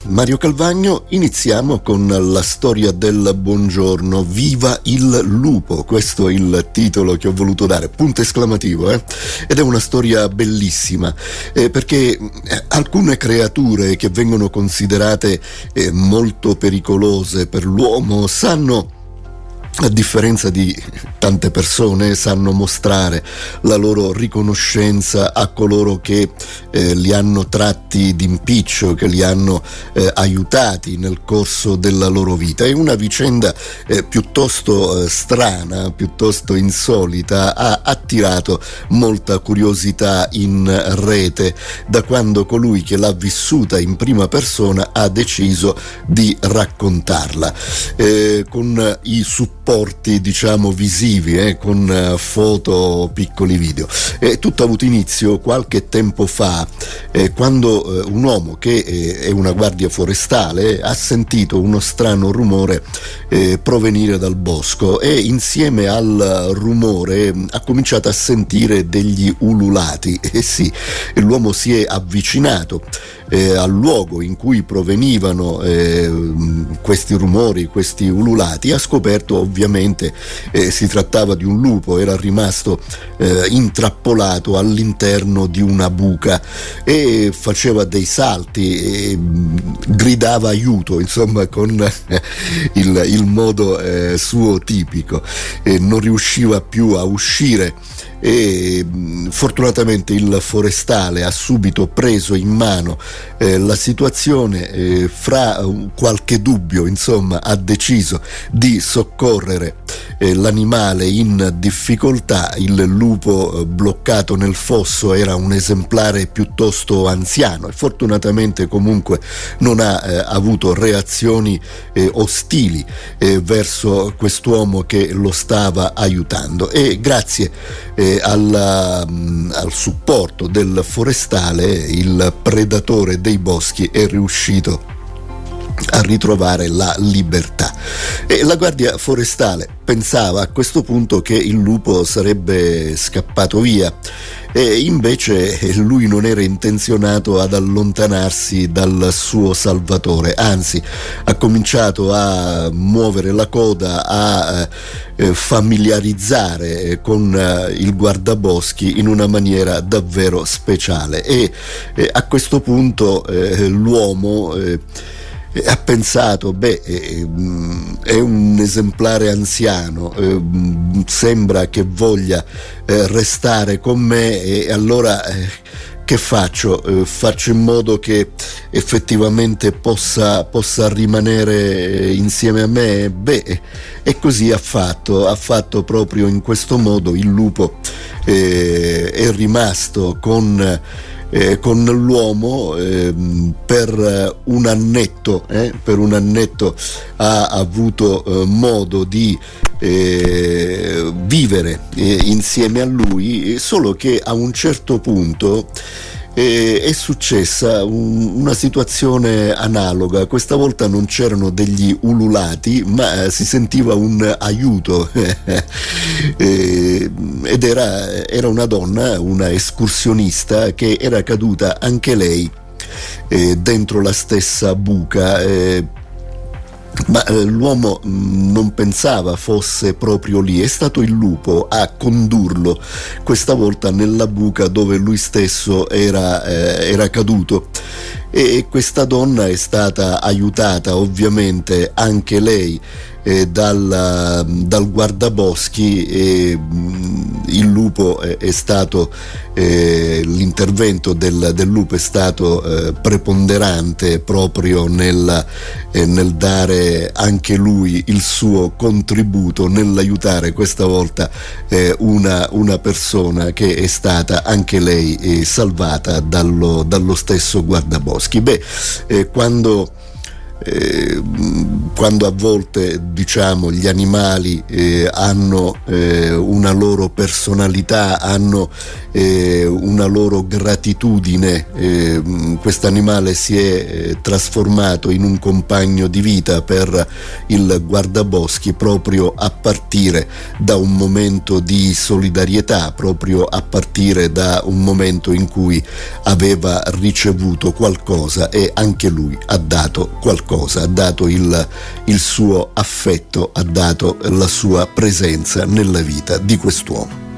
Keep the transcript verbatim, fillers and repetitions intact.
Mario Calvagno. Iniziamo con la storia del buongiorno. Viva il lupo, questo è il titolo che ho voluto dare, punto esclamativo, eh? Ed è una storia bellissima, eh, perché alcune creature che vengono considerate eh, molto pericolose per l'uomo sanno, a differenza di tante persone, sanno mostrare la loro riconoscenza a coloro che eh, li hanno tratti d'impiccio, che li hanno eh, aiutati nel corso della loro vita. È una vicenda eh, piuttosto eh, strana, piuttosto insolita, ha attirato molta curiosità in rete da quando colui che l'ha vissuta in prima persona ha deciso di raccontarla, eh, con i supporti diciamo visivi, eh, con uh, foto, piccoli video. E tutto ha avuto inizio qualche tempo fa, eh, quando uh, un uomo che eh, è una guardia forestale ha sentito uno strano rumore eh, provenire dal bosco, e insieme al rumore ha cominciato a sentire degli ululati. E sì, l'uomo si è avvicinato eh, al luogo in cui provenivano eh, questi rumori, questi ululati. Ha scoperto ovviamente eh, si trattava di un lupo, era rimasto eh, intrappolato all'interno di una buca e faceva dei salti e gridava aiuto, insomma, con eh, il, il modo eh, suo tipico, e non riusciva più a uscire. E fortunatamente il forestale ha subito preso in mano eh, la situazione, eh, fra qualche dubbio, insomma, ha deciso di soccorrere eh, l'animale in difficoltà. Il lupo eh, bloccato nel fosso era un esemplare piuttosto anziano e fortunatamente comunque non ha eh, avuto reazioni eh, ostili eh, verso quest'uomo che lo stava aiutando, e grazie eh, Al, al supporto del forestale il predatore dei boschi è riuscito a ritrovare la libertà. E la guardia forestale pensava a questo punto che il lupo sarebbe scappato via, e invece lui non era intenzionato ad allontanarsi dal suo salvatore, anzi ha cominciato a muovere la coda, a eh, familiarizzare con eh, il guardaboschi in una maniera davvero speciale. E eh, a questo punto eh, l'uomo eh, ha pensato, beh, è un esemplare anziano, sembra che voglia restare con me, e allora che faccio? Faccio in modo che effettivamente possa, possa rimanere insieme a me? Beh, e così ha fatto, ha fatto proprio in questo modo. Il lupo è rimasto con Eh, con l'uomo eh, per un annetto, eh, per un annetto ha avuto eh, modo di eh, vivere eh, insieme a lui, solo che a un certo punto eh, è successa un, una situazione analoga. Questa volta non c'erano degli ululati, ma eh, si sentiva un aiuto eh, ed era, era una donna, una escursionista, che era caduta anche lei eh, dentro la stessa buca. eh, Ma eh, l'uomo mh, non pensava fosse proprio lì. È stato il lupo a condurlo questa volta nella buca dove lui stesso era, eh, era caduto, e questa donna è stata aiutata ovviamente anche lei eh, dal, dal guardaboschi, e mh, il lupo è, è stato eh, l'intervento del, del lupo è stato eh, preponderante proprio nel, eh, nel dare anche lui il suo contributo nell'aiutare questa volta eh, una, una persona che è stata anche lei eh, salvata dallo, dallo stesso guardaboschi. Beh, eh, quando Eh, quando a volte, diciamo, gli animali eh, hanno eh, una loro personalità, hanno eh, una loro gratitudine. Eh, questo animale si è eh, trasformato in un compagno di vita per il guardaboschi proprio a partire da un momento di solidarietà, proprio a partire da un momento in cui aveva ricevuto qualcosa e anche lui ha dato qualcosa, ha dato il, il suo affetto, ha dato la sua presenza nella vita di quest'uomo.